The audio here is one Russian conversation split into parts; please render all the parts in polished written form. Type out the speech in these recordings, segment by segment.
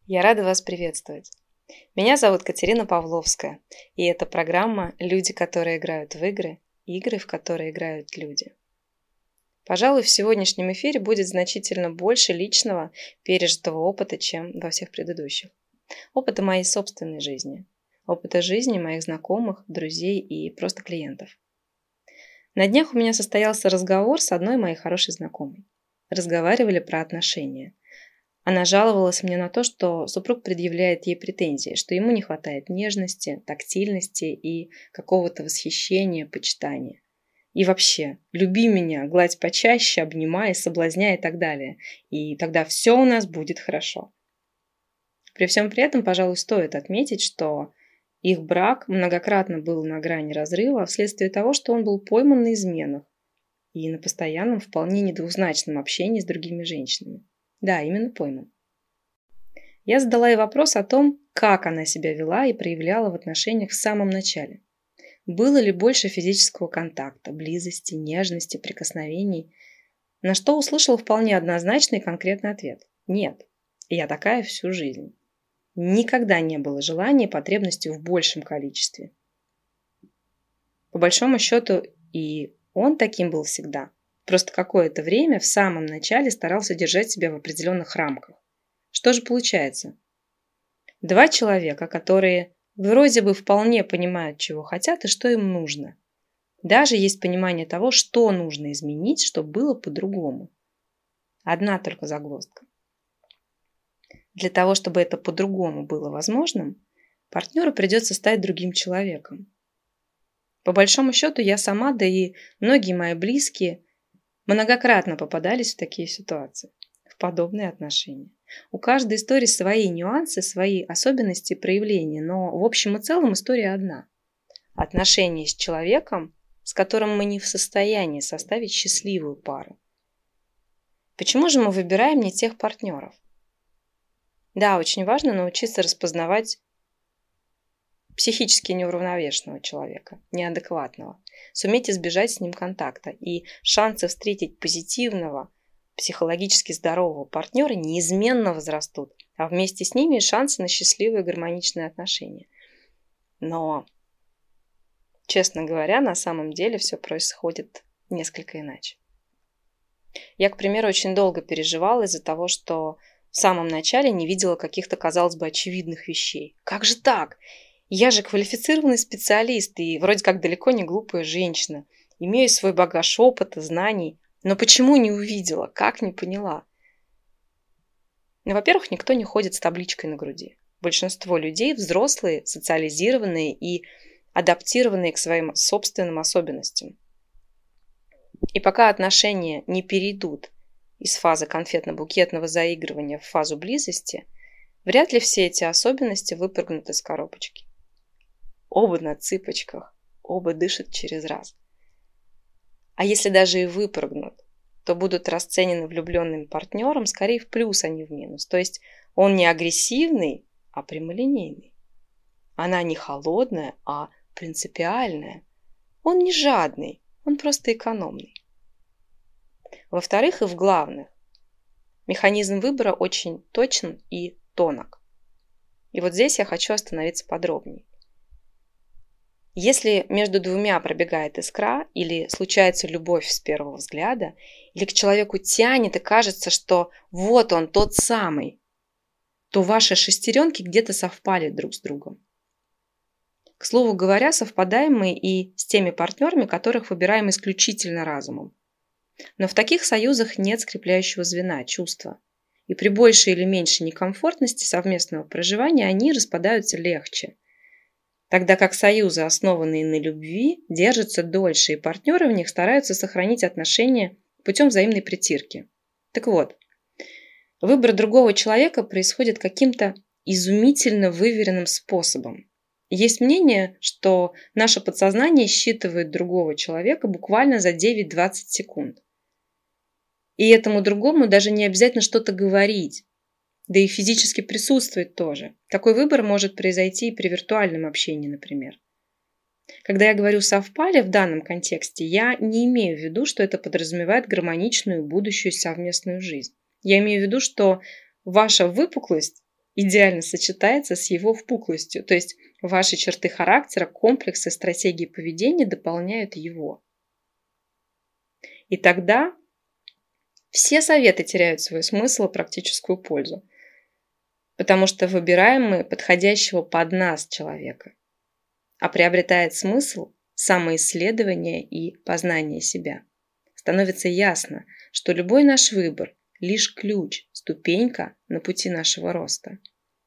Я рада вас приветствовать. Меня зовут Катерина Павловская, и это программа «Люди, которые играют в игры», игры, в которые играют люди. Пожалуй, в сегодняшнем эфире будет значительно больше личного пережитого опыта, чем во всех предыдущих. Опыта моей собственной жизни, опыта жизни моих знакомых, друзей и просто клиентов. На днях у меня состоялся разговор с одной моей хорошей знакомой. Разговаривали про отношения. Она жаловалась мне на то, что супруг предъявляет ей претензии, что ему не хватает нежности, тактильности и какого-то восхищения, почитания. И вообще, люби меня, гладь почаще, обнимай, соблазняй и так далее. И тогда все у нас будет хорошо. При всем при этом, пожалуй, стоит отметить, что их брак многократно был на грани разрыва вследствие того, что он был пойман на изменах и на постоянном, вполне недвузначном общении с другими женщинами. Да, именно пойман. Я задала ей вопрос о том, как она себя вела и проявляла в отношениях в самом начале. Было ли больше физического контакта, близости, нежности, прикосновений? На что услышала вполне однозначный и конкретный ответ. Нет, я такая всю жизнь. Никогда не было желания и потребности в большем количестве. По большому счету, и он таким был всегда. Просто какое-то время в самом начале старался держать себя в определенных рамках. Что же получается? Два человека, которые вроде бы вполне понимают, чего хотят и что им нужно. Даже есть понимание того, что нужно изменить, чтобы было по-другому. Одна только загвоздка. Для того, чтобы это по-другому было возможным, партнеру придется стать другим человеком. По большому счету, я сама, да и многие мои близкие многократно попадались в такие ситуации, в подобные отношения. У каждой истории свои нюансы, свои особенности проявления, но в общем и целом история одна. Отношения с человеком, с которым мы не в состоянии составить счастливую пару. Почему же мы выбираем не тех партнеров? Да, очень важно научиться распознавать психически неуравновешенного человека, неадекватного, суметь избежать с ним контакта, и шансы встретить позитивного, психологически здорового партнера неизменно возрастут, а вместе с ними и шансы на счастливые гармоничные отношения. Но, честно говоря, на самом деле все происходит несколько иначе. Я, к примеру, очень долго переживала из-за того, что в самом начале не видела каких-то, казалось бы, очевидных вещей. Как же так? Я же квалифицированный специалист и вроде как далеко не глупая женщина. Имею свой багаж опыта, знаний. Но почему не увидела? Как не поняла? Ну, во-первых, никто не ходит с табличкой на груди. Большинство людей взрослые, социализированные и адаптированные к своим собственным особенностям. И пока отношения не перейдут из фазы конфетно-букетного заигрывания в фазу близости, вряд ли все эти особенности выпрыгнут из коробочки. Оба на цыпочках, оба дышат через раз. А если даже и выпрыгнут, то будут расценены влюбленным партнером скорее в плюс, а не в минус. То есть он не агрессивный, а прямолинейный. Она не холодная, а принципиальная. Он не жадный, он просто экономный. Во-вторых, и в главных, механизм выбора очень точен и тонок. И вот здесь я хочу остановиться подробнее. Если между двумя пробегает искра, или случается любовь с первого взгляда, или к человеку тянет и кажется, что вот он тот самый, то ваши шестеренки где-то совпали друг с другом. К слову говоря, совпадаем мы и с теми партнерами, которых выбираем исключительно разумом. Но в таких союзах нет скрепляющего звена, чувства. И при большей или меньшей некомфортности совместного проживания они распадаются легче. Тогда как союзы, основанные на любви, держатся дольше, и партнеры в них стараются сохранить отношения путем взаимной притирки. Так вот, выбор другого человека происходит каким-то изумительно выверенным способом. Есть мнение, что наше подсознание считывает другого человека буквально за 9-20 секунд. И этому другому даже не обязательно что-то говорить. Да и физически присутствовать тоже. Такой выбор может произойти и при виртуальном общении, например. Когда я говорю «совпали» в данном контексте, я не имею в виду, что это подразумевает гармоничную будущую совместную жизнь. Я имею в виду, что ваша выпуклость идеально сочетается с его впуклостью. То есть ваши черты характера, комплексы, стратегии поведения дополняют его. И тогда все советы теряют свой смысл и практическую пользу, потому что выбираем мы подходящего под нас человека, а приобретает смысл самоисследование и познание себя. Становится ясно, что любой наш выбор – лишь ключ, ступенька на пути нашего роста.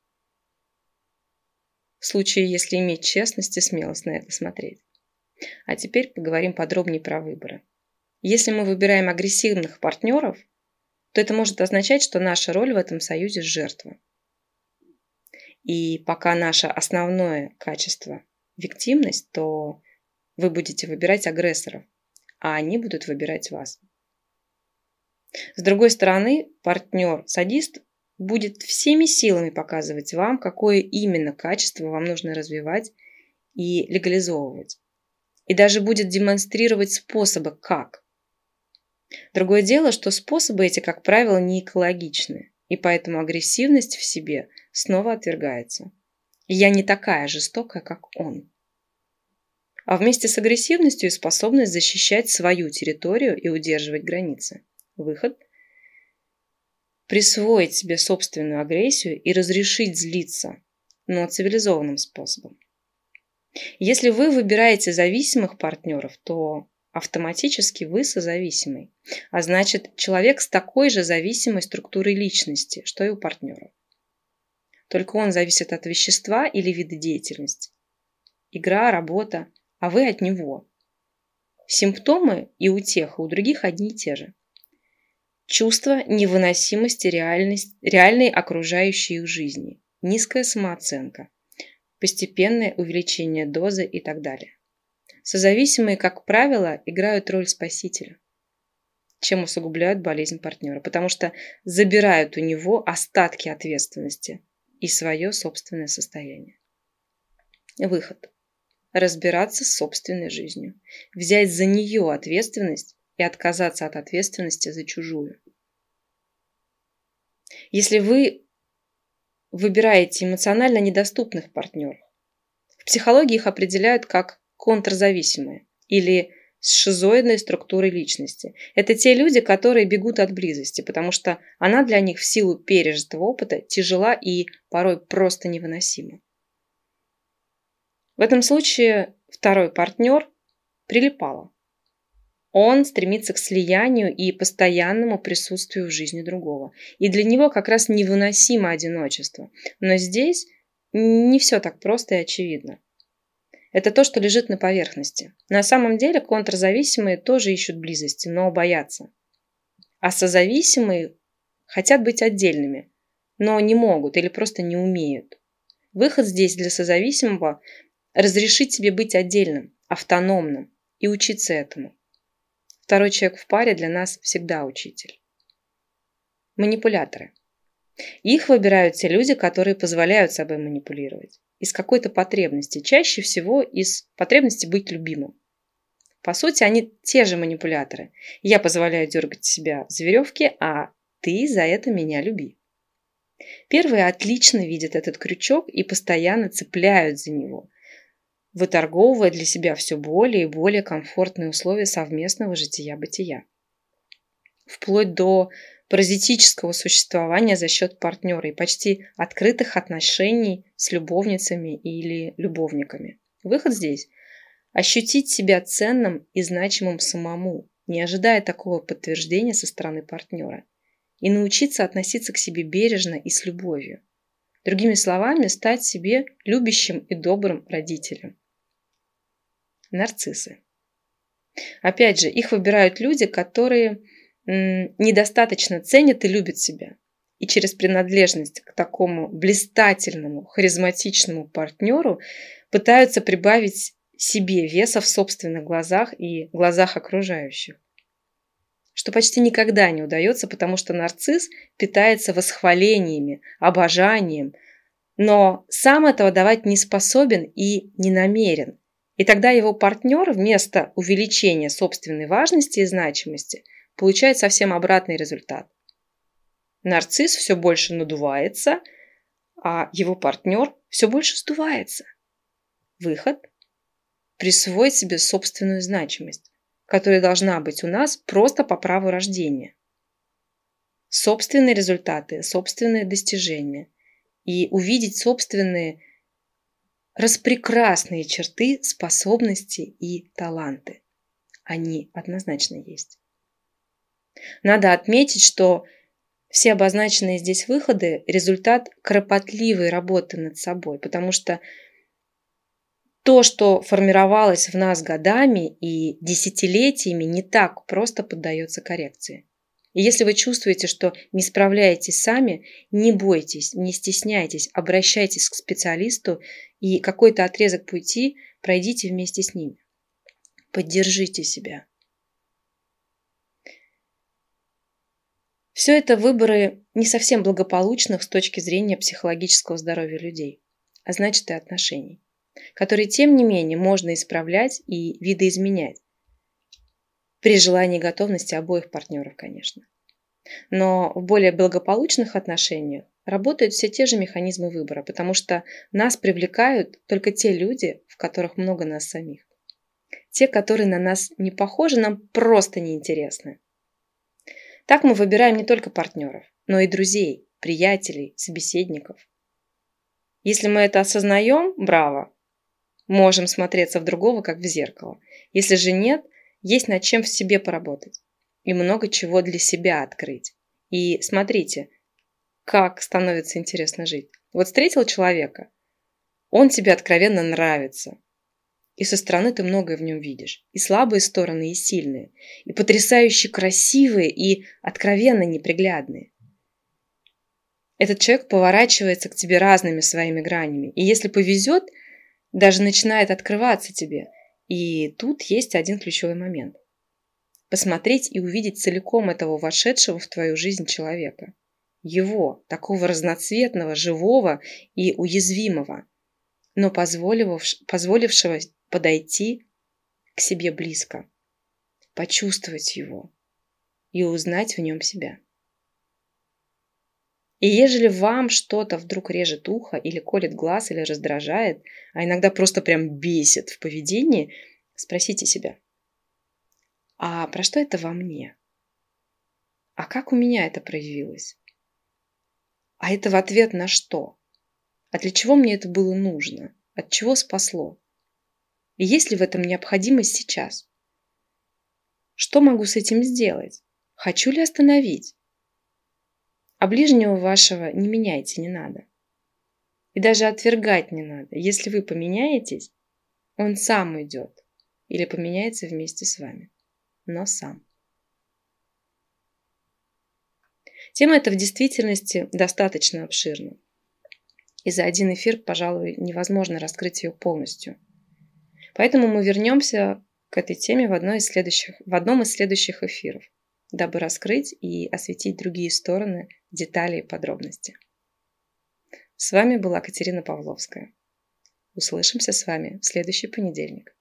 В случае, если иметь честность и смелость на это смотреть. А теперь поговорим подробнее про выборы. Если мы выбираем агрессивных партнеров, то это может означать, что наша роль в этом союзе – жертва. И пока наше основное качество – виктимность, то вы будете выбирать агрессоров, а они будут выбирать вас. С другой стороны, партнер-садист будет всеми силами показывать вам, какое именно качество вам нужно развивать и легализовывать. И даже будет демонстрировать способы, как. Другое дело, что способы эти, как правило, не экологичны, и поэтому агрессивность в себе снова отвергается. И я не такая жестокая, как он. А вместе с агрессивностью и способность защищать свою территорию и удерживать границы. Выход – присвоить себе собственную агрессию и разрешить злиться, но цивилизованным способом. Если вы выбираете зависимых партнеров, то автоматически вы созависимый, а значит, человек с такой же зависимой структурой личности, что и у партнера. Только он зависит от вещества или вида деятельности. Игра, работа, а вы от него. Симптомы и у тех, и у других одни и те же. Чувство невыносимости реальной окружающей их жизни, низкая самооценка, постепенное увеличение дозы и так далее. Созависимые, как правило, играют роль спасителя, чем усугубляют болезнь партнера, потому что забирают у него остатки ответственности и свое собственное состояние. Выход. Разбираться с собственной жизнью, взять за нее ответственность и отказаться от ответственности за чужую. Если вы выбираете эмоционально недоступных партнеров, в психологии их определяют как контрзависимые или с шизоидной структурой личности. Это те люди, которые бегут от близости, потому что она для них в силу пережитого опыта тяжела и порой просто невыносима. В этом случае второй партнер прилипало. Он стремится к слиянию и постоянному присутствию в жизни другого. И для него как раз невыносимо одиночество. Но здесь не все так просто и очевидно. Это то, что лежит на поверхности. На самом деле контрзависимые тоже ищут близости, но боятся. А созависимые хотят быть отдельными, но не могут или просто не умеют. Выход здесь для созависимого – разрешить себе быть отдельным, автономным и учиться этому. Второй человек в паре для нас всегда учитель. Манипуляторы. Их выбирают те люди, которые позволяют собой манипулировать. Из какой-то потребности, чаще всего из потребности быть любимым. По сути, они те же манипуляторы. Я позволяю дергать себя за веревки, а ты за это меня люби. Первые отлично видят этот крючок и постоянно цепляют за него, выторговывая для себя все более и более комфортные условия совместного жития-бытия. Вплоть до паразитического существования за счет партнера и почти открытых отношений с любовницами или любовниками. Выход здесь – ощутить себя ценным и значимым самому, не ожидая такого подтверждения со стороны партнера, и научиться относиться к себе бережно и с любовью. Другими словами, стать себе любящим и добрым родителем. Нарциссы. Опять же, их выбирают люди, которые недостаточно ценят и любят себя. И через принадлежность к такому блистательному, харизматичному партнеру пытаются прибавить себе веса в собственных глазах и глазах окружающих. Что почти никогда не удается, потому что нарцисс питается восхвалениями, обожанием, но сам этого давать не способен и не намерен. И тогда его партнер вместо увеличения собственной важности и значимости получает совсем обратный результат. Нарцисс все больше надувается, а его партнер все больше сдувается. Выход – присвоить себе собственную значимость, которая должна быть у нас просто по праву рождения. Собственные результаты, собственные достижения и увидеть собственные распрекрасные черты, способности и таланты. Они однозначно есть. Надо отметить, что все обозначенные здесь выходы – результат кропотливой работы над собой, потому что то, что формировалось в нас годами и десятилетиями, не так просто поддается коррекции. И если вы чувствуете, что не справляетесь сами, не бойтесь, не стесняйтесь, обращайтесь к специалисту и какой-то отрезок пути пройдите вместе с ними. Поддержите себя. Все это выборы не совсем благополучных с точки зрения психологического здоровья людей, а значит и отношений, которые, тем не менее, можно исправлять и видоизменять. При желании и готовности обоих партнеров, конечно. Но в более благополучных отношениях работают все те же механизмы выбора, потому что нас привлекают только те люди, в которых много нас самих. Те, которые на нас не похожи, нам просто неинтересны. Так мы выбираем не только партнеров, но и друзей, приятелей, собеседников. Если мы это осознаем, браво, можем смотреться в другого, как в зеркало. Если же нет, есть над чем в себе поработать и много чего для себя открыть. И смотрите, как становится интересно жить. Вот встретил человека, он тебе откровенно нравится. И со стороны ты многое в нем видишь. И слабые стороны, и сильные. И потрясающе красивые, и откровенно неприглядные. Этот человек поворачивается к тебе разными своими гранями. И если повезет, даже начинает открываться тебе. И тут есть один ключевой момент. Посмотреть и увидеть целиком этого вошедшего в твою жизнь человека. Его, такого разноцветного, живого и уязвимого, но позволившего подойти к себе близко, почувствовать его и узнать в нем себя. И ежели вам что-то вдруг режет ухо или колет глаз, или раздражает, а иногда просто прям бесит в поведении, спросите себя, а про что это во мне? А как у меня это проявилось? А это в ответ на что? А для чего мне это было нужно? От чего спасло? И есть ли в этом необходимость сейчас? Что могу с этим сделать? Хочу ли остановить? А ближнего вашего не меняйте, не надо. И даже отвергать не надо. Если вы поменяетесь, он сам уйдет или поменяется вместе с вами, но сам. Тема эта в действительности достаточно обширна. И за один эфир, пожалуй, невозможно раскрыть ее полностью. Поэтому мы вернемся к этой теме в одном из следующих эфиров, дабы раскрыть и осветить другие стороны, детали и подробности. С вами была Катерина Павловская. Услышимся с вами в следующий понедельник.